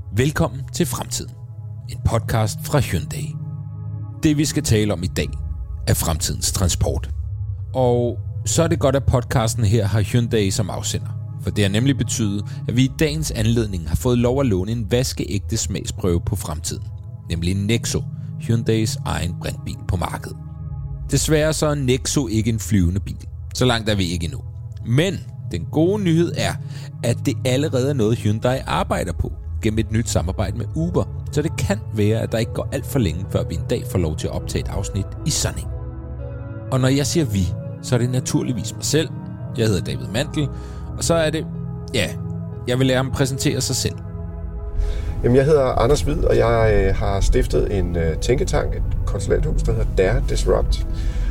Velkommen til Fremtiden, en podcast fra Hyundai. Det vi skal tale om i dag er fremtidens transport. Og så er det godt, at podcasten her har Hyundai som afsender. For det har nemlig betydet, at vi i dagens anledning har fået lov at låne en vaskeægte smagsprøve på fremtiden. Nemlig Nexo, Hyundais egen brintbil på markedet. Desværre så er Nexo ikke en flyvende bil. Så langt er vi ikke endnu. Men den gode nyhed er, at det allerede er noget Hyundai arbejder på gennem et nyt samarbejde med Uber. Så det kan være, at der ikke går alt for længe, før vi en dag får lov til at optage et afsnit i Sunning. Og når jeg siger vi, så er det naturligvis mig selv. Jeg hedder David Mantel, og så er det, jeg vil lade ham præsentere sig selv. Jamen, jeg hedder Anders Hvid, og jeg har stiftet en tænketank, et konsulenthus, der hedder Dare Disrupt.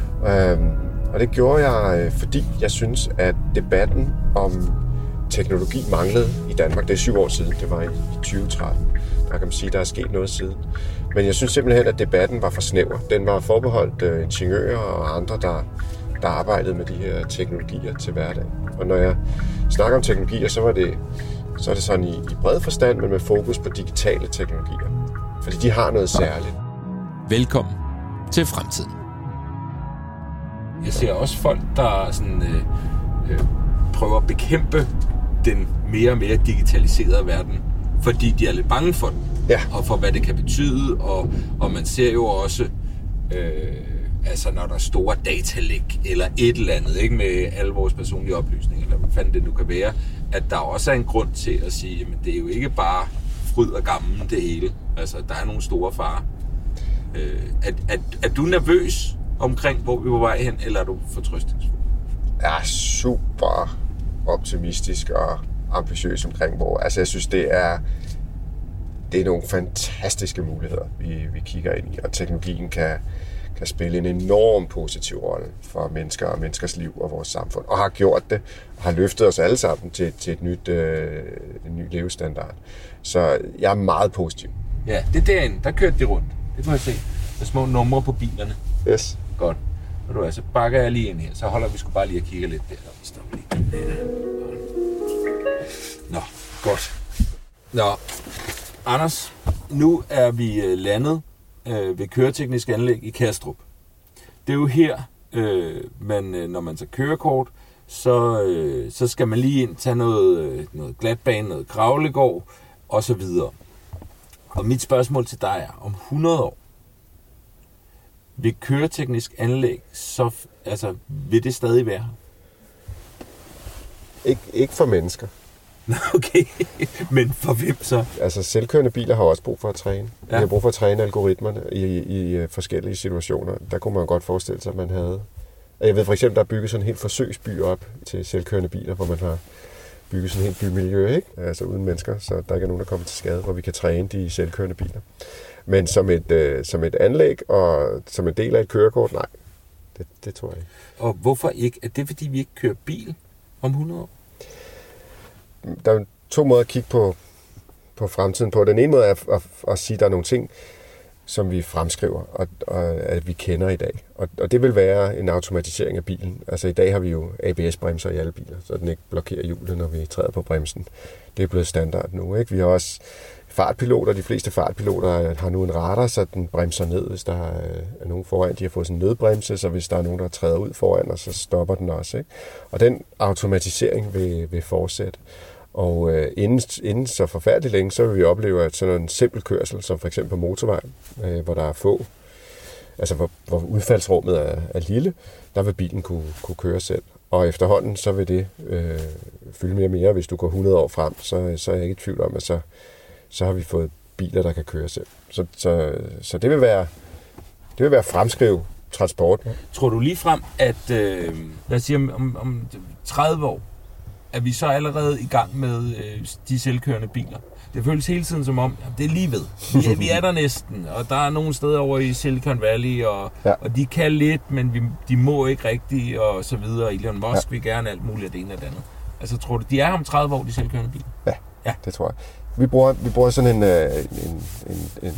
Og det gjorde jeg, fordi jeg synes, at debatten om teknologi manglede i Danmark. Det er 7 år siden, det var i 2013. Der kan man sige, der er sket noget siden. Men jeg synes simpelthen, at debatten var for snæver. Den var forbeholdt ingeniører og andre, der arbejdede med de her teknologier til hverdag. Og når jeg snakker om teknologier, så er det sådan i bred forstand, men med fokus på digitale teknologier. Fordi de har noget særligt. Velkommen til Fremtiden. Jeg ser også folk, der sådan, prøver at bekæmpe den mere og mere digitaliserede verden, fordi de er lidt bange for den, og for hvad det kan betyde, og man ser jo også, når der er store datalæk, eller et eller andet, ikke, med alle vores personlige oplysninger, eller hvad fanden det nu kan være, at der også er en grund til at sige, jamen det er jo ikke bare fryd og gammel det hele, altså der er nogle store farer. Er du nervøs omkring, hvor vi er på vej hen, eller er du fortrøstningsfuld? Jeg er super optimistisk og ambitiøs omkring, hvor jeg synes, det er nogle fantastiske muligheder, vi kigger ind i, og teknologien kan spille en enorm positiv rolle for mennesker og menneskers liv og vores samfund, og har gjort det, og har løftet os alle sammen til en ny levestandard. Så jeg er meget positiv. Ja, det er derinde, der kørte det rundt. Det må jeg se. Der er små numre på bilerne. Yes. Godt. Og du, så bakker jeg lige ind her, så holder vi sgu bare lige og kigger lidt der. Stop lige der. Nå, godt. Nå, Anders, nu er vi landet ved køreteknisk anlæg i Kastrup. Det er jo her, når man tager kørekort, så skal man lige ind tage noget glatbane, noget kravlegård og så videre. Og mit spørgsmål til dig er, om 100 år, vil køreteknisk anlæg, vil det stadig være? Ikke for mennesker. Okay, men for hvem så? Altså selvkørende biler har også brug for at træne. Ja. De har brug for at træne algoritmerne i forskellige situationer. Der kunne man godt forestille sig, at man havde. Jeg ved for eksempel, der er bygget sådan en helt forsøgsby op til selvkørende biler, hvor man har bygget sådan en helt bymiljø, ikke? Altså uden mennesker, så der ikke er nogen, der kommer til skade, hvor vi kan træne de selvkørende biler. Men som et anlæg og som en del af et kørekort, nej, det tror jeg ikke. Og hvorfor ikke? Er det fordi, vi ikke kører bil om 100 år? Der er 2 måder at kigge på fremtiden på. Den ene måde er at sige, at der er nogle ting, som vi fremskriver, og at vi kender i dag. Og det vil være en automatisering af bilen. Altså i dag har vi jo ABS-bremser i alle biler, så den ikke blokerer hjulet, når vi træder på bremsen. Det er blevet standard nu, ikke? Vi har også fartpiloter. De fleste fartpiloter har nu en radar, så den bremser ned, hvis der er nogen foran. De har fået sådan en nødbremse, så hvis der er nogen, der træder ud foran os, så stopper den også, ikke? Og den automatisering vil fortsætte. Og inden så forfærdeligt længe, så vil vi opleve, at sådan en simpel kørsel, som for eksempel på motorvejen, hvor der er få, altså hvor udfaldsrummet er lille, der vil bilen kunne køre selv. Og efterhånden, så vil det fylde mere og mere. Hvis du går 100 år frem, så er jeg ikke i tvivl om, at så har vi fået biler, der kan køre selv. Så det vil være fremskrive transport. Tror du lige frem, at lad os sige, om 30 år, er vi så allerede i gang med de selvkørende biler? Det føles hele tiden som om, det er lige ved. Vi er der næsten, og der er nogle steder over i Silicon Valley, og de kan lidt, men de må ikke rigtigt, og så videre. Elon Musk vil gerne alt muligt af det ene og det andet. Altså, tror du, de er om 30 år, de selvkørende biler? Ja, det tror jeg. Vi bruger sådan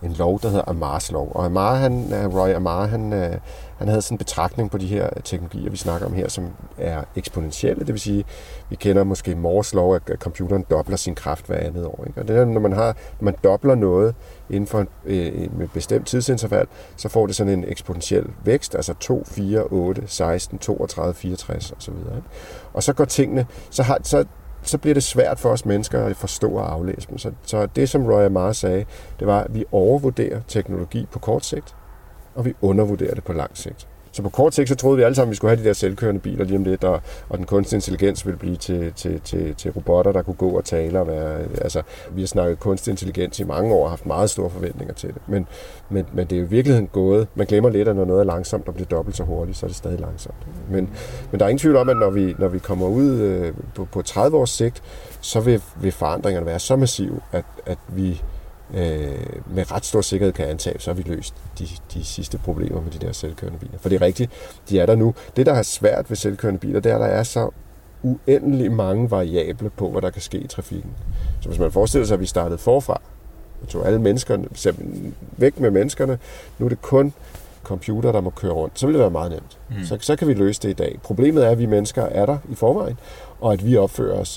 en lov, der hedder Amars lov. Og Roy Amar, han havde sådan en betragtning på de her teknologier, vi snakker om her, som er eksponentielle. Det vil sige, vi kender måske Moores lov, at computeren dobler sin kraft hver andet år. Ikke? Og det er, når man dobler noget inden for med bestemt tidsinterval, så får det sådan en eksponentiel vækst, altså 2, 4, 8, 16, 32, 64 osv. Og så går tingene, så bliver det svært for os mennesker at forstå og aflæse dem. Så det, som Roy Amar sagde, det var, at vi overvurderer teknologi på kort sigt, og vi undervurderer det på lang sigt. Så på kort sigt, så troede vi alle sammen, at vi skulle have de der selvkørende biler lige om lidt, og den kunstig intelligens ville blive til robotter, der kunne gå og tale. Vi har snakket kunstig intelligens i mange år og haft meget store forventninger til det. Men det er jo i virkeligheden gået. Man glemmer lidt, at når noget er langsomt og bliver dobbelt så hurtigt, så er det stadig langsomt. Men der er ingen tvivl om, at når vi kommer ud på 30 års sigt, så vil forandringerne være så massive, at vi med ret stor sikkerhed kan antage, så har vi løst de sidste problemer med de der selvkørende biler. For det er rigtigt, de er der nu. Det, der er svært ved selvkørende biler, det er, at der er så uendelig mange variable på, hvad der kan ske i trafikken. Så hvis man forestiller sig, at vi startede forfra, og tog alle menneskerne væk med menneskerne, nu er det kun computer, der må køre rundt, så vil det være meget nemt. Så kan vi løse det i dag. Problemet er, at vi mennesker er der i forvejen, og at vi opfører os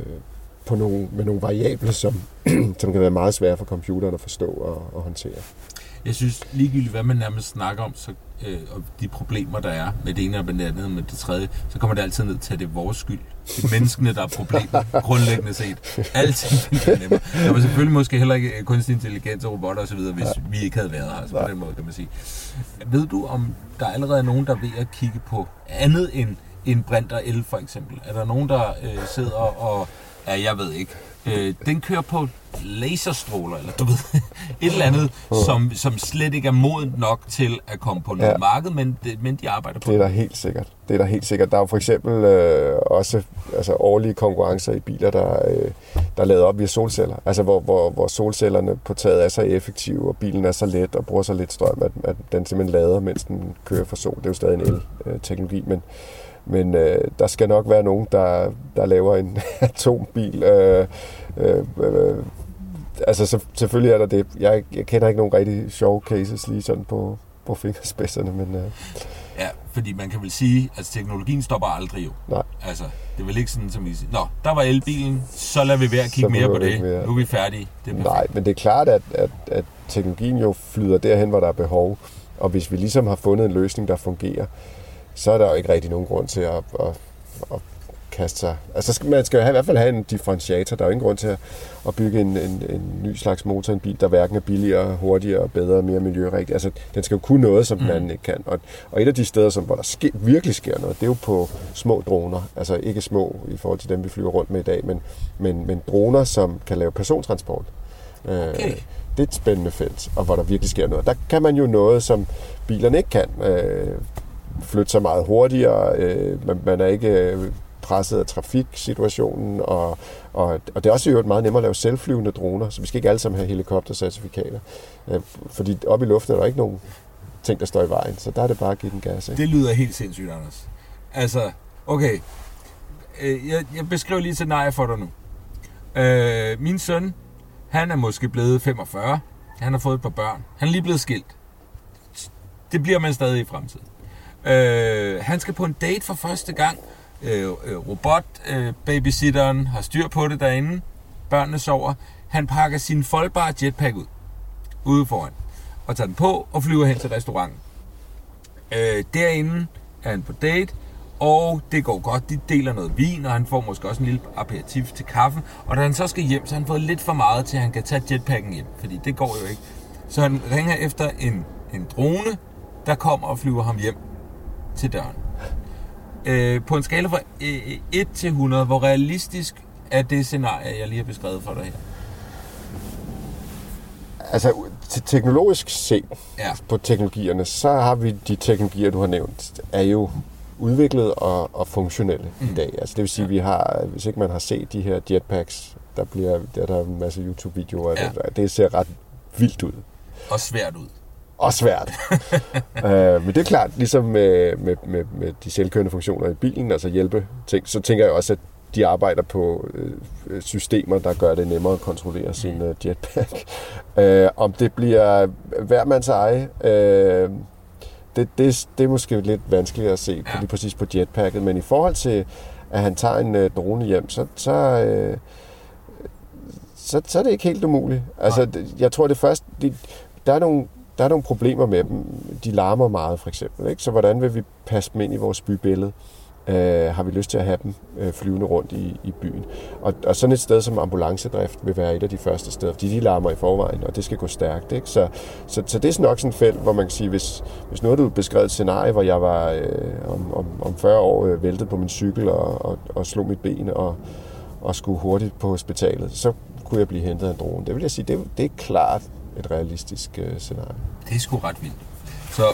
med nogle variable, som kan være meget svære for computeren at forstå og håndtere. Jeg synes ligegyldigt, hvad man nærmest snakker om, og de problemer, der er med det ene og med det andet, med det tredje, så kommer det altid ned til, at det er vores skyld. Det er menneskene, der er problemet, grundlæggende set. Alting bliver nemmere. Der var selvfølgelig måske heller ikke kunstig intelligens og robotter osv., hvis vi ikke havde været her, altså på den måde, kan man sige. Ved du, om der allerede er nogen, der er ved at kigge på andet end brint og el, for eksempel? Er der nogen, der sidder og jeg ved ikke. Den kører på laserstråler, eller du ved, et eller andet, som slet ikke er modent nok til at komme på noget marked, men de arbejder på det. Det er da helt sikkert. Der er jo for eksempel også årlige konkurrencer i biler, der er lavet op via solceller. Altså hvor solcellerne på taget er så effektive, og bilen er så let og bruger så lidt strøm, at den simpelthen lader, mens den kører for sol. Det er jo stadig en el-teknologi, men der skal nok være nogen, der laver en atombil. Selvfølgelig er der det. Jeg kender ikke nogen rigtig sjove cases lige sådan på fingerspidserne, men... Ja, fordi man kan vel sige, at teknologien stopper aldrig jo. Nej. Altså, det er vel ikke sådan, som vi siger, nå, der var elbilen, så lader vi være at kigge mere på det. Nu er vi færdige. Nej, men det er klart, at teknologien jo flyder derhen, hvor der er behov. Og hvis vi ligesom har fundet en løsning, der fungerer, så er der jo ikke rigtig nogen grund til at kaste sig. Altså man skal jo i hvert fald have en differentiator. Der er jo ingen grund til at bygge en ny slags motor, en bil, der hverken er billigere, hurtigere, bedre, mere miljørigtig. Altså den skal jo kunne noget, som den anden ikke kan. Og et af de steder, hvor der virkelig sker noget, det er jo på små droner. Altså ikke små i forhold til dem, vi flyver rundt med i dag, men droner, som kan lave persontransport. Okay. Det er et spændende felt, og hvor der virkelig sker noget. Der kan man jo noget, som bilerne ikke kan. Flytte sig meget hurtigere. Man er ikke presset af trafiksituationen, og det er også jo meget nemmere at lave selvflyvende droner, så vi skal ikke alle sammen have helikoptercertifikater. Fordi oppe i luften er der ikke nogen ting, der står i vejen, så der er det bare at give den gas. Ikke? Det lyder helt sindssygt, Anders. Altså, okay. Jeg beskriver lige et scenarie for dig nu. Min søn, han er måske blevet 45. Han har fået et par børn. Han er lige blevet skilt. Det bliver man stadig i fremtiden. Han skal på en date for første gang. Babysitteren har styr på det derinde. Børnene sover. Han pakker sin foldbare jetpack ud. Ude foran. Og tager den på og flyver hen til restauranten. Derinde er han på date. Og det går godt. De deler noget vin, og han får måske også en lille aperitif til kaffen. Og da han så skal hjem, så har han fået lidt for meget til, at han kan tage jetpacken hjem. Fordi det går jo ikke. Så han ringer efter en drone, der kommer og flyver ham hjem til døren. På en skala fra 1 til 100, hvor realistisk er det scenarie, jeg lige har beskrevet for dig her? Altså, teknologisk set på teknologierne, så har vi de teknologier, du har nævnt, er jo udviklet og funktionelle i dag. Altså, det vil sige, vi har, hvis ikke man har set de her jetpacks, der er en masse YouTube-videoer, det ser ret vildt ud. Og svært ud. Og svært. Men det er klart, ligesom med de selvkørende funktioner i bilen, altså hjælpe ting, så tænker jeg også, at de arbejder på systemer, der gør det nemmere at kontrollere sin jetpack. Om det bliver hver mands eje, det er måske lidt vanskeligt at se lige præcis på jetpacket, men i forhold til, at han tager en drone hjem, så er det ikke helt umuligt. Altså, jeg tror det først, der er nogle problemer med dem. De larmer meget, for eksempel. Ikke? Så hvordan vil vi passe dem ind i vores bybillede? Har vi lyst til at have dem flyvende rundt i byen? Og sådan et sted som ambulancedrift vil være et af de første steder, fordi de larmer i forvejen, og det skal gå stærkt. Ikke? Så det er nok sådan et felt, hvor man kan sige, hvis nu har du beskrevet et scenarie, hvor jeg var om 40 år væltet på min cykel og slog mit ben og skulle hurtigt på hospitalet, så kunne jeg blive hentet af en drone. Det vil jeg sige, det er klart et realistisk scenarie. Det er sgu ret vildt. Så,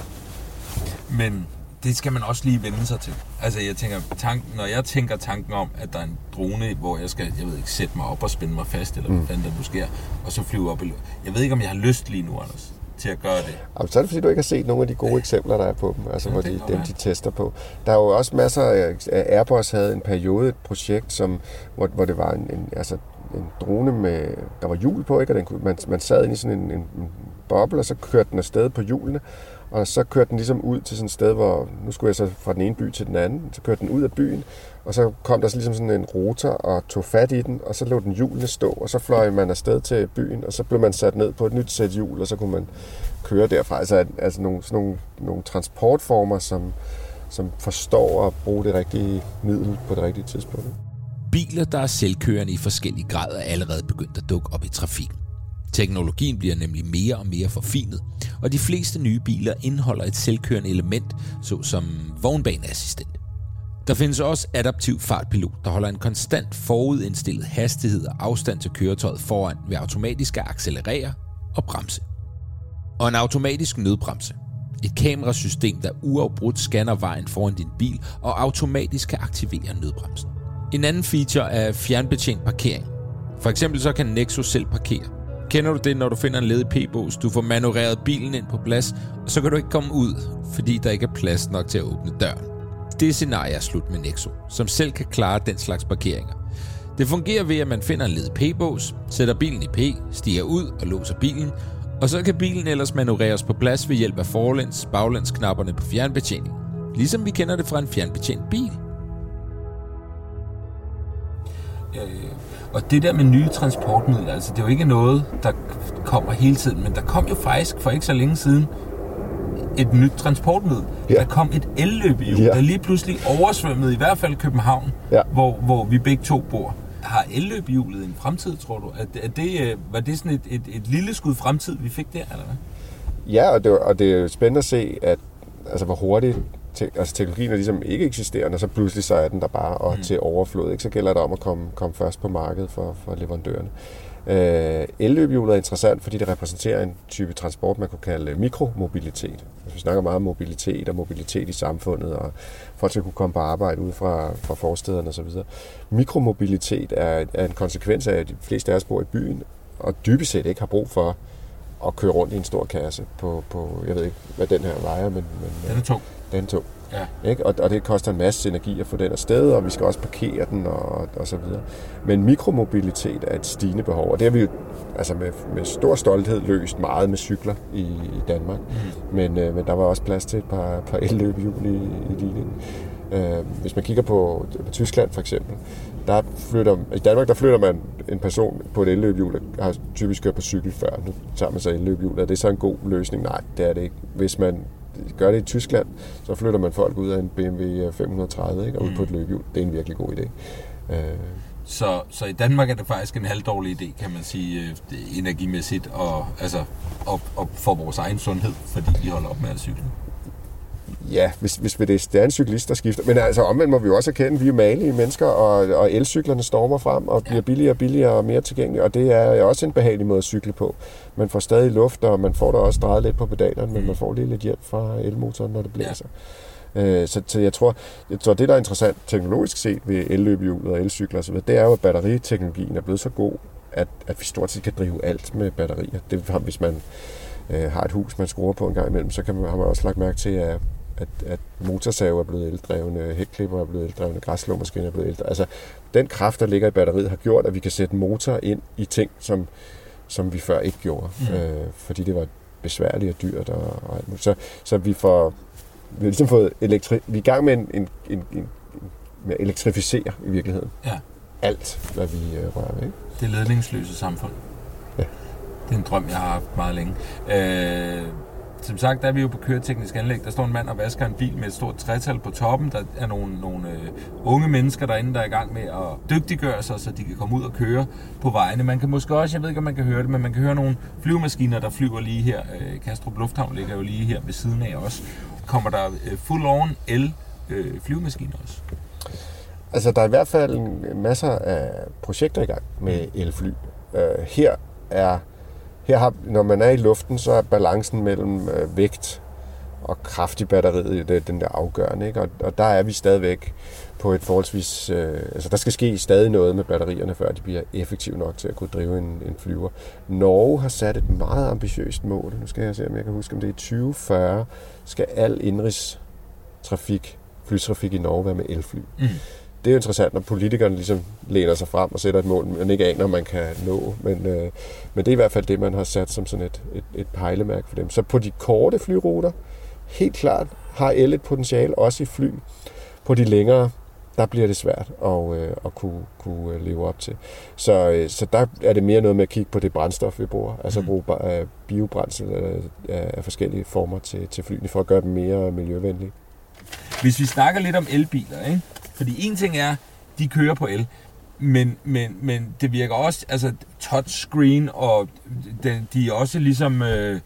men det skal man også lige vende sig til. Altså jeg tænker, når jeg tænker tanken om, at der er en drone, hvor jeg skal, sætte mig op og spænde mig fast, eller hvad fanden der nu sker, og så flyve op. Jeg ved ikke, om jeg har lyst lige nu, Anders, til at gøre det. Jamen, så er det, fordi du ikke har set nogle af de gode eksempler, der er på dem, altså hvor de tester på. Der er jo også masser af Airbus havde en periode, et projekt, hvor det var en drone med, der var hjul på, ikke? Og man sad inde i sådan en boble, og så kørte den afsted på hjulene, og så kørte den ligesom ud til sådan et sted, hvor, nu skulle jeg så fra den ene by til den anden, så kørte den ud af byen, og så kom der så ligesom sådan en rotor og tog fat i den, og så lå den hjulene stå, og så fløj man afsted til byen, og så blev man sat ned på et nyt sæt hjul, og så kunne man køre derfra. Altså nogle transportformer, som forstår at bruge det rigtige middel på det rigtige tidspunkt. Biler, der er selvkørende i forskellige grader, er allerede begyndt at dukke op i trafikken. Teknologien bliver nemlig mere og mere forfinet, og de fleste nye biler indeholder et selvkørende element, såsom vognbaneassistent. Der findes også adaptiv fartpilot, der holder en konstant forudindstillet hastighed og afstand til køretøjet foran ved automatisk at accelerere og bremse. Og en automatisk nødbremse. Et kamerasystem, der uafbrudt scanner vejen foran din bil og automatisk kan aktivere nødbremsen. En anden feature er fjernbetjent parkering. For eksempel så kan Nexo selv parkere. Kender du det, når du finder en ledig p-bås? Du får manøvreret bilen ind på plads, og så kan du ikke komme ud, fordi der ikke er plads nok til at åbne døren. Det scenarie er slut med Nexo, som selv kan klare den slags parkeringer. Det fungerer ved, at man finder en ledig p-bås, sætter bilen i p, stiger ud og låser bilen, og så kan bilen ellers manøvreres på plads ved hjælp af baglæns-knapperne på fjernbetjening. Ligesom vi kender det fra en fjernbetjent bil. Og det der med nye transportmidler, altså det er jo ikke noget, der kommer hele tiden, men der kom jo faktisk for ikke så længe siden et nyt transportmiddel. Ja. Der kom et elløbehjul, der lige pludselig oversvømmede i hvert fald København, hvor vi begge to bor. Har elløbehjulet en fremtid, tror du? Var det sådan et lille skud fremtid, vi fik der, eller hvad? Ja, og det er jo spændende at se, at, altså, hvor hurtigt teknologien er ligesom ikke eksisterende, og så pludselig så er den der bare og til overflod. Ikke? Så gælder det om at komme først på markedet for leverandørerne. Elløbehjulet er interessant, fordi det repræsenterer en type transport, man kunne kalde mikromobilitet. Altså, vi snakker meget om mobilitet og mobilitet i samfundet, og folk skal kunne komme på arbejde ude fra forstederne osv. Mikromobilitet er en konsekvens af, at de fleste af os bor i byen, og dybest set ikke har brug for at køre rundt i en stor kasse på jeg ved ikke, hvad den her vejer, men den er tung. Den er tung. Ja. Ikke? Og det koster en masse energi at få den afsted, og vi skal også parkere den og så videre. Men mikromobilitet er et stigende behov, og det har vi jo altså med stor stolthed løst meget med cykler i Danmark. Men der var også plads til et par elløbehjul i ligningen. Hvis man kigger på Tyskland for eksempel, i Danmark der flytter man en person på et elløbehjul, der har typisk kørt på cykel før. Nu tager man så elløbehjul. Er det så en god løsning? Nej, det er det ikke. Hvis man gør det i Tyskland, så flytter man folk ud af en BMW 530, ikke? Og ud på et løbehjul. Det er en virkelig god idé. Så i Danmark er det faktisk en halvdårlig idé, kan man sige, energimæssigt og for vores egen sundhed, fordi vi holder op med at cykle. Ja, hvis det er en cyklist, der skifter. Men altså omvendt må vi jo også erkende, at vi er malige mennesker, og elcyklerne stormer frem og bliver billigere og billigere og mere tilgængelige, og det er også en behagelig måde at cykle på. Man får stadig luft, og man får da også drejet lidt på pedalerne, men man får lige lidt hjælp fra elmotoren, når det blæser. Ja. Så jeg tror, det der er interessant teknologisk set ved elløbehjulet og elcykler osv., det er jo, at batteriteknologien er blevet så god, at vi stort set kan drive alt med batterier. Det, hvis man har et hus, man skruer på en gang imellem, så har man også lagt mærke til, at at motorsave er blevet eldrevne, hækklipper er blevet eldrevne, græsslåmaskiner er blevet eldrevne. Altså, den kraft, der ligger i batteriet, har gjort, at vi kan sætte motor ind i ting, som vi før ikke gjorde. Fordi det var besværligt og dyrt og alt muligt. Så vi har ligesom fået vi er i gang med med at elektrificere i virkeligheden. Ja. Alt, hvad vi rører ved. Ikke? Det ledningsløse samfund. Ja. Det er en drøm, jeg har haft meget længe. Som sagt, der er vi jo på køreteknisk anlæg. Der står en mand og vasker en bil med et stort trætal på toppen. Der er nogle unge mennesker derinde, der er i gang med at dygtiggøre sig, så de kan komme ud og køre på vejene. Man kan måske også, jeg ved ikke, om man kan høre det, men man kan høre nogle flyvemaskiner, der flyver lige her. Kastrup Lufthavn ligger jo lige her ved siden af os. Kommer der full-on el-flyvemaskiner også? Altså, der er i hvert fald masser af projekter i gang med elfly. Her har, når man er i luften, så er balancen mellem vægt og kraft i batteriet den der afgørende. Ikke? Og der er vi stadigvæk på et forholdsvis... der skal ske stadig noget med batterierne, før de bliver effektive nok til at kunne drive en flyver. Norge har sat et meget ambitiøst mål. Nu skal jeg se, om jeg kan huske, om det er 2040, skal al flytrafik i Norge være med elfly. Det er jo interessant, når politikerne ligesom læner sig frem og sætter et mål, man ikke aner, man kan nå. Men det er i hvert fald det, man har sat som sådan et pejlemærke for dem. Så på de korte flyruter, helt klart, har el et potentiale, også i fly. På de længere, der bliver det svært at kunne leve op til. Så der er det mere noget med at kigge på det brændstof, vi bruger. Altså bruge biobrændsel af forskellige former til flyene, for at gøre dem mere miljøvenlige. Hvis vi snakker lidt om elbiler, ikke? Fordi en ting er, de kører på el, men det virker også, altså touchscreen, og de er også ligesom,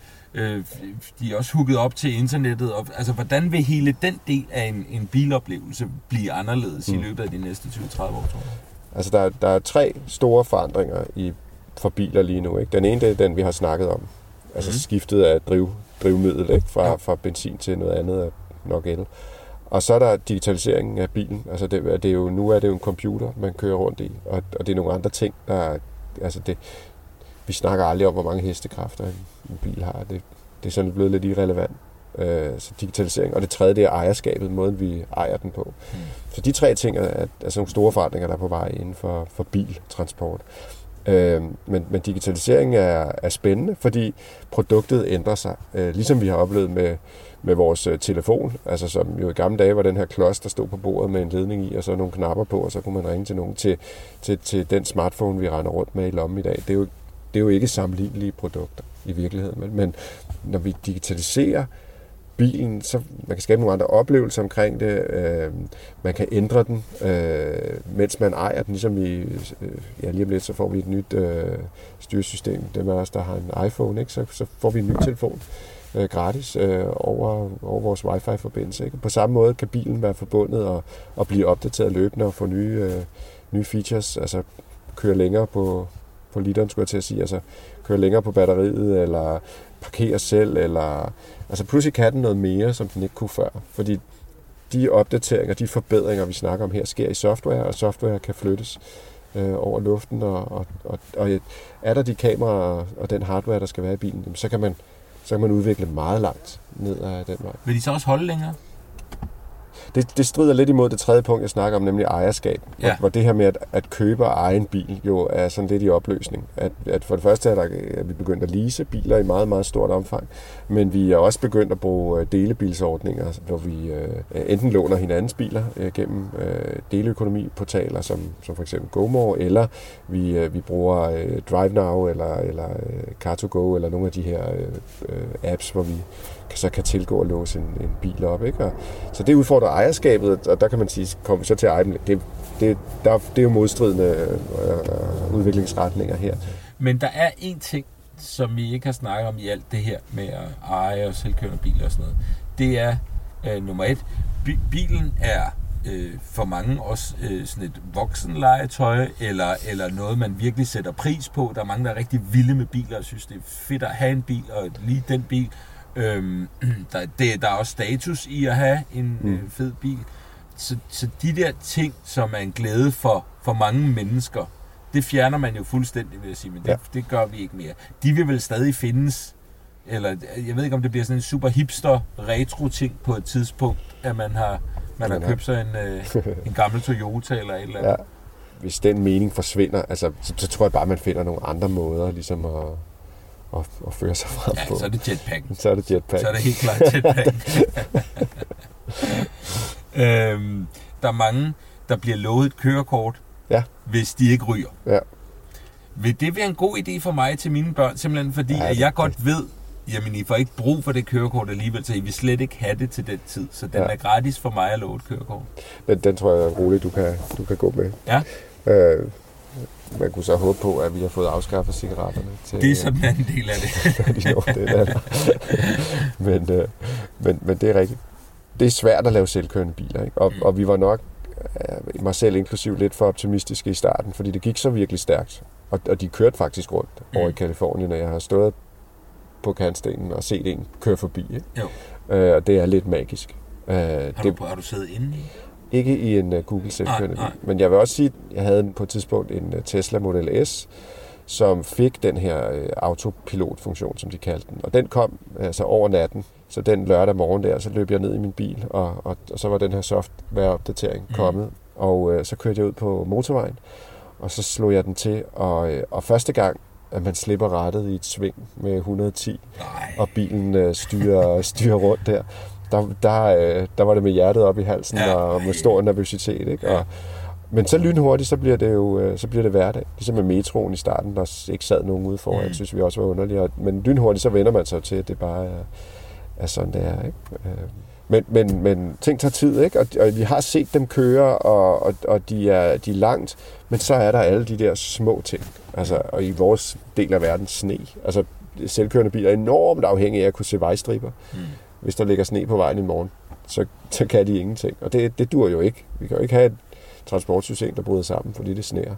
de er også hooket op til internettet. Og, altså, hvordan vil hele den del af en biloplevelse blive anderledes i løbet af de næste 20-30 år, tror jeg? Altså, der er 3 store forandringer for biler lige nu. Ikke? Den ene, det er den, vi har snakket om. Altså skiftet af drivmiddel, ikke? Fra benzin til noget andet, nok el. Og så er der digitaliseringen af bilen. Altså nu er det jo en computer, man kører rundt i, og det er nogle andre ting, vi snakker aldrig om, hvor mange hestekræfter en bil har. Det er sådan blevet lidt irrelevant. Så digitalisering. Og det tredje, det er ejerskabet, måden vi ejer den på. Så de 3 ting er altså nogle store forandringer, der er på vej inden for biltransport. Men digitalisering er spændende, fordi produktet ændrer sig. Ligesom vi har oplevet med vores telefon, altså som jo i gamle dage var den her klods, der stod på bordet med en ledning i, og så nogle knapper på, og så kunne man ringe til nogen til den smartphone, vi render rundt med i lommen i dag. Det er jo ikke sammenlignelige produkter i virkeligheden, men når vi digitaliserer bilen, så man kan skabe nogle andre oplevelser omkring det. Man kan ændre den, mens man ejer den. Ligesom lige om lidt, så får vi et nyt styresystem. Dem af os, der har en iPhone, ikke? Så får vi en ny telefon gratis over vores wifi-forbindelse. Ikke? På samme måde kan bilen være forbundet og blive opdateret løbende og få nye features, altså køre længere på literen, skulle jeg til at sige, altså køre længere på batteriet, eller parkere selv, eller altså pludselig kan den noget mere, som den ikke kunne før, fordi de opdateringer, de forbedringer, vi snakker om her, sker i software, og software kan flyttes over luften, og er der de kameraer og den hardware, der skal være i bilen, så kan man udvikle meget langt ned ad den vej. Vil de så også holde længere? Det strider lidt imod det tredje punkt, jeg snakker om, nemlig ejerskab. Ja. Hvor det her med at købe og eje en bil jo er sådan lidt i opløsning. At for det første er vi begyndt at lease biler i meget, meget stort omfang, men vi er også begyndt at bruge delebilsordninger, hvor vi enten låner hinandens biler gennem deleøkonomiportaler, som for eksempel GoMore, eller vi bruger DriveNow eller Car2Go, eller nogle af de her apps, hvor vi så kan tilgå og låse en bil op. Ikke? Så det udfordrer ejerskabet, og der kan man sige, kommer vi så til at eje dem. Det er jo modstridende udviklingsretninger her. Men der er en ting, som vi ikke har snakket om i alt det her med at eje og selvkørende biler og sådan noget. Det er nummer 1. Bilen er for mange også sådan et voksenlegetøj, eller noget, man virkelig sætter pris på. Der er mange, der er rigtig vilde med biler og synes, det er fedt at have en bil, og lige den bil. Der er også status i at have en fed bil. Så de der ting, som er en glæde for mange mennesker, det fjerner man jo fuldstændig, vil jeg sige, men det gør vi ikke mere. De vil vel stadig findes eller jeg ved ikke, om det bliver sådan en super hipster retro-ting på et tidspunkt, at man har købt sig en gammel Toyota eller et eller andet. Ja. Hvis den mening forsvinder, altså, så tror jeg bare, man finder nogle andre måder ligesom at føre sig frem på. Så er det jetpack. Så er det jetpack. Så er det helt klart jetpack. Der er mange, der bliver lovet et kørekort, hvis de ikke ryger. Ja. Vil det være en god idé for mig til mine børn, simpelthen fordi at jeg godt ved, jamen I får ikke brug for det kørekort alligevel, så I vil slet ikke have det til den tid. Så den er gratis for mig at love et kørekort. Den tror jeg er roligt, du kan gå med. Ja. Man kunne så håbe på, at vi har fået afskaffet cigaretterne. Det er sådan en del af det. Men det er rigtigt. Det er svært at lave selvkørende biler, ikke? Og vi var nok, mig selv inklusiv, lidt for optimistiske i starten, fordi det gik så virkelig stærkt. Og de kørte faktisk rundt over i Kalifornien, og jeg har stået på kantstenen og set en køre forbi. Ikke? Jo. Og det er lidt magisk. Har du siddet inde i? Ikke i en Google selvkørende bil. Men jeg vil også sige, at jeg havde på et tidspunkt en Tesla Model S, som fik den her autopilot-funktion, som de kaldte den. Og den kom altså over natten. Så den lørdag morgen der, så løb jeg ned i min bil, og så var den her softwareopdatering kommet. Og så kørte jeg ud på motorvejen, og så slog jeg den til. Og første gang, at man slipper rattet i et sving med 110, og bilen styrer rundt der var det med hjertet op i halsen og med stor nervøsitet. Ikke? Men så lynhurtigt, så bliver det hverdag. Ligesom med metroen i starten, der ikke sad nogen ude foran. Jeg synes vi også var underlige. Men lynhurtigt, så vender man sig til, at det bare er sådan, det er. Ikke? Men ting tager tid, ikke? Og vi har set dem køre, og de er langt. Men så er der alle de der små ting. Altså, og i vores del af verden, sne. Altså, selvkørende biler er enormt afhængige af at kunne se vejstriber. Hvis der ligger sne på vejen i morgen, så kan de ingenting. Og det dur jo ikke. Vi kan jo ikke have et transportsystem, der bryder sammen, fordi det sneer.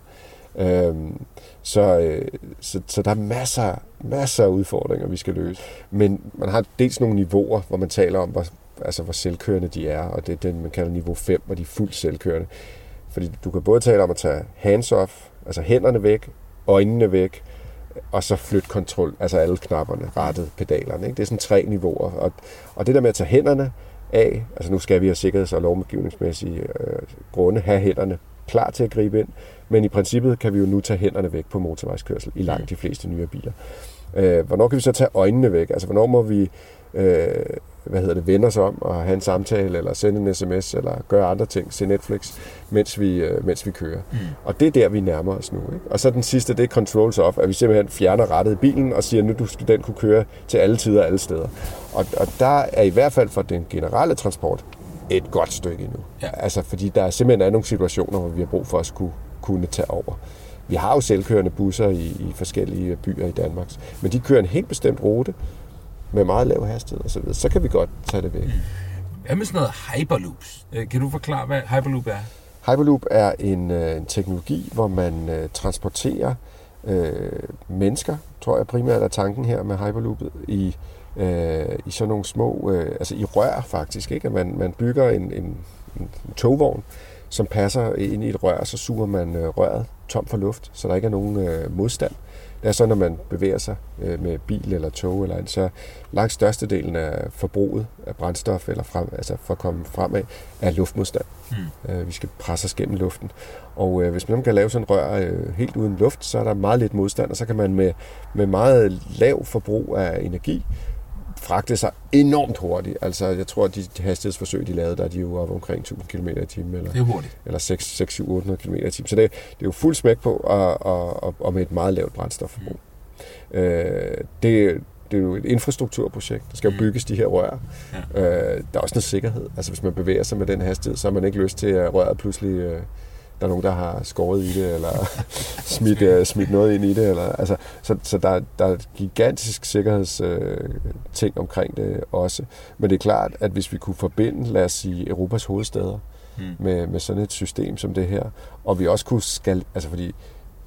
Så der er masser af udfordringer, vi skal løse. Men man har dels nogle niveauer, hvor man taler om, hvor selvkørende de er, og det er den, man kalder niveau 5, hvor de er fuldt selvkørende. Fordi du kan både tale om at tage hands off, altså hænderne væk, øjnene væk, og så flytte kontrol, altså alle knapperne, rattet, pedalerne. Ikke? Det er sådan 3 niveauer. Og det der med at tage hænderne af, altså nu skal vi af sikkerheds- og lovgivningsmæssige grunde have hænderne klar til at gribe ind, men i princippet kan vi jo nu tage hænderne væk på motorvejskørsel i langt de fleste nye biler. Hvornår kan vi så tage øjnene væk? Altså hvornår må vi vende os om og have en samtale, eller sende en sms, eller gøre andre ting, se Netflix, mens vi kører. Og det er der, vi nærmer os nu. Ikke? Og så den sidste, det er controls off, at vi simpelthen fjerner rattet i bilen og siger, nu skal den kunne køre til alle tider og alle steder. Og der er i hvert fald for den generelle transport et godt stykke endnu. Ja. Altså, fordi der simpelthen er nogle situationer, hvor vi har brug for at kunne tage over. Vi har jo selvkørende busser i forskellige byer i Danmark, men de kører en helt bestemt rute med meget lav hastighed og så videre. Så kan vi godt tage det væk. Hvad med sådan noget Hyperloops? Kan du forklare, hvad Hyperloop er? Hyperloop er en teknologi, hvor man transporterer mennesker, tror jeg primært er tanken her med Hyperloopet, i sådan nogle små, altså i rør faktisk, ikke? At man bygger en togvogn, som passer ind i et rør, så suger man røret tom for luft, så der ikke er nogen modstand. Det er sådan, når man bevæger sig med bil eller tog, eller andet, så langt størstedelen af forbruget af brændstof, eller for at komme fremad, er luftmodstand. Vi skal presse os gennem luften. Og hvis man kan lave sådan en rør helt uden luft, så er der meget lidt modstand, og så kan man med meget lav forbrug af energi fragte sig enormt hurtigt. Altså, jeg tror, at de hastighedsforsøg, de lavede, der er de jo op omkring 1000 km i timen, eller 600-800 km i timen. Så det er jo fuld smæk på, og med et meget lavt brændstofforbrug. Det er jo et infrastrukturprojekt. Der skal jo bygges de her rør. Ja. Der er også noget sikkerhed. Altså, hvis man bevæger sig med den hastighed, så har man ikke lyst til, at røret pludselig der er nogen, der har skåret i det, eller smidt noget ind i det. Eller, altså, så der er et gigantisk sikkerhedsting omkring det også. Men det er klart, at hvis vi kunne forbinde, lad os sige, Europas hovedstæder med sådan et system som det her, og vi også kunne altså fordi,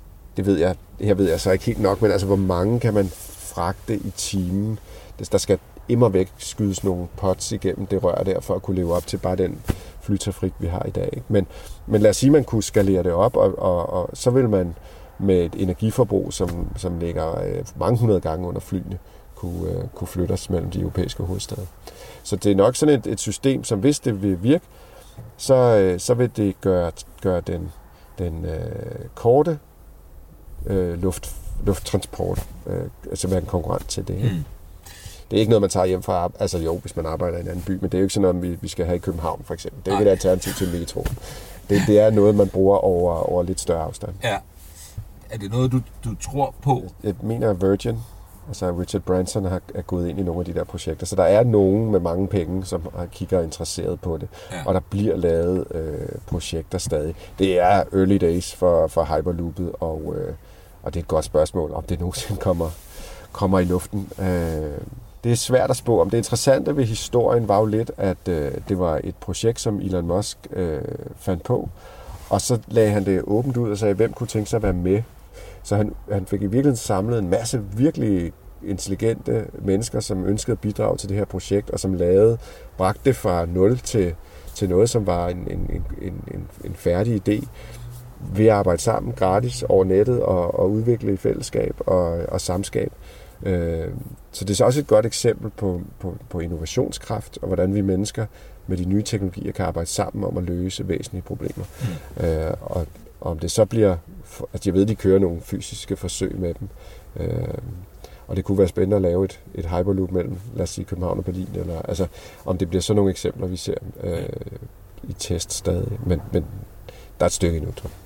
her ved jeg så ikke helt nok, men altså hvor mange kan man fragte i timen? Der skal immervæk skydes nogle pots igennem det rør der, for at kunne leve op til bare den flytrafik, vi har i dag. Ikke? Men lad os sige, at man kunne skalere det op, og så vil man med et energiforbrug, som ligger mange hundrede gange under flyene, kunne flytte os mellem de europæiske hovedstæder. Så det er nok sådan et system, som hvis det vil virke, så vil det gøre den korte lufttransport altså være en konkurrent til det. Det er ikke noget, man tager hjem fra, altså jo, hvis man arbejder i en anden by, men det er jo ikke sådan noget, vi skal have i København, for eksempel. Det er ikke et alternativ til metro. Det er noget, man bruger over lidt større afstand. Ja. Er det noget, du tror på? Jeg mener, Virgin, altså Richard Branson, er gået ind i nogle af de der projekter. Så der er nogen med mange penge, som kigger interesseret på det. Ja. Og der bliver lavet projekter stadig. Det er early days for Hyperloopet, og det er et godt spørgsmål, om det nogensinde kommer i luften. Det er svært at spå om. Det interessante ved historien var jo lidt, at det var et projekt, som Elon Musk fandt på, og så lagde han det åbent ud og sagde, hvem kunne tænke sig at være med. Så han fik i virkeligheden samlet en masse virkelig intelligente mennesker, som ønskede at bidrage til det her projekt, og som bragte det fra 0 til noget, som var en færdig idé, ved at arbejde sammen gratis over nettet og udvikle i fællesskab og samskab. Så det er så også et godt eksempel på innovationskraft, og hvordan vi mennesker med de nye teknologier kan arbejde sammen om at løse væsentlige problemer. Og om det så bliver, altså jeg ved, de kører nogle fysiske forsøg med dem, og det kunne være spændende at lave et hyperloop mellem, lad os sige, København og Berlin, eller altså om det bliver sådan nogle eksempler, vi ser i test stadig, men der er et stykke endnu, tror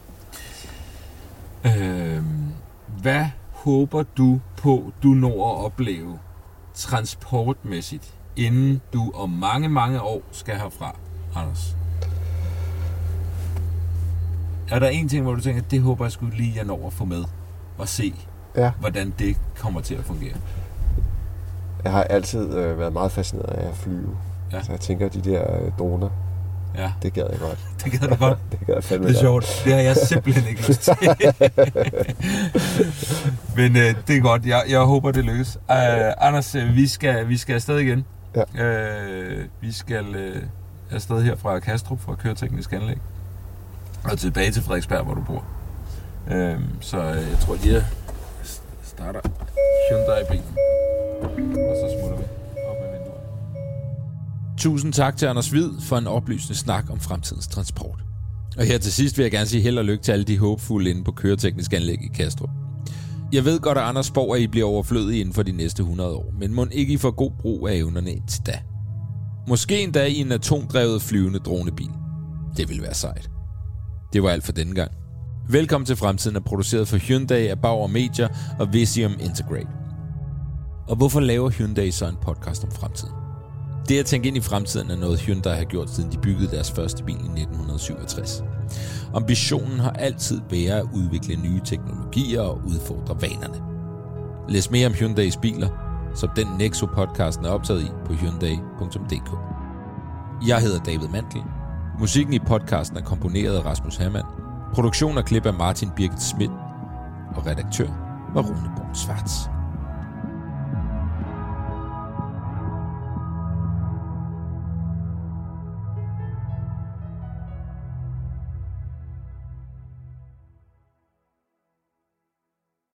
jeg. Hvad håber du på, du når at opleve transportmæssigt, inden du om mange, mange år skal herfra, Anders? Er der en ting, hvor du tænker, det håber jeg skulle lige, jeg når at få med og se, hvordan det kommer til at fungere? Jeg har altid været meget fascineret af at flyve. Ja. Så jeg tænker, de der droner, det gad jeg godt. Det gad du godt? Det gad jeg fandme. Det er sjovt. Det har jeg simpelthen ikke lyst til. Men det er godt. Jeg håber, det lykkes. Anders, vi skal afsted igen. Ja. Vi skal afsted her fra Kastrup, fra Køreteknisk Anlæg, og tilbage til Frederiksberg, hvor du bor. Så jeg tror lige, jeg starter Hyundai-bilen, og så smutter vi op ad vinduet. Tusind tak til Anders Hvid for en oplysende snak om fremtidens transport. Og her til sidst vil jeg gerne sige held og lykke til alle de håbefulde inde på Køreteknisk Anlæg i Kastrup. Jeg ved godt, at Anders spår, at I bliver overflødige inden for de næste 100 år, men mon ikke I får god brug af evnerne indtil da. Måske endda i en atomdrevet flyvende dronebil. Det ville være sejt. Det var alt for denne gang. Velkommen til Fremtiden er produceret for Hyundai af Bauer Media og Visium Integrate. Og hvorfor laver Hyundai så en podcast om fremtiden? Det at tænke ind i fremtiden er noget Hyundai har gjort, siden de byggede deres første bil i 1967. Ambitionen har altid været at udvikle nye teknologier og udfordre vanerne. Læs mere om Hyundais biler, som den Nexo-podcasten er optaget i på hyundai.dk. Jeg hedder David Mantel. Musikken i podcasten er komponeret af Rasmus Hermann. Produktion og klip af Martin Birgit Schmidt. Og redaktør var Rune Borg Schwartz.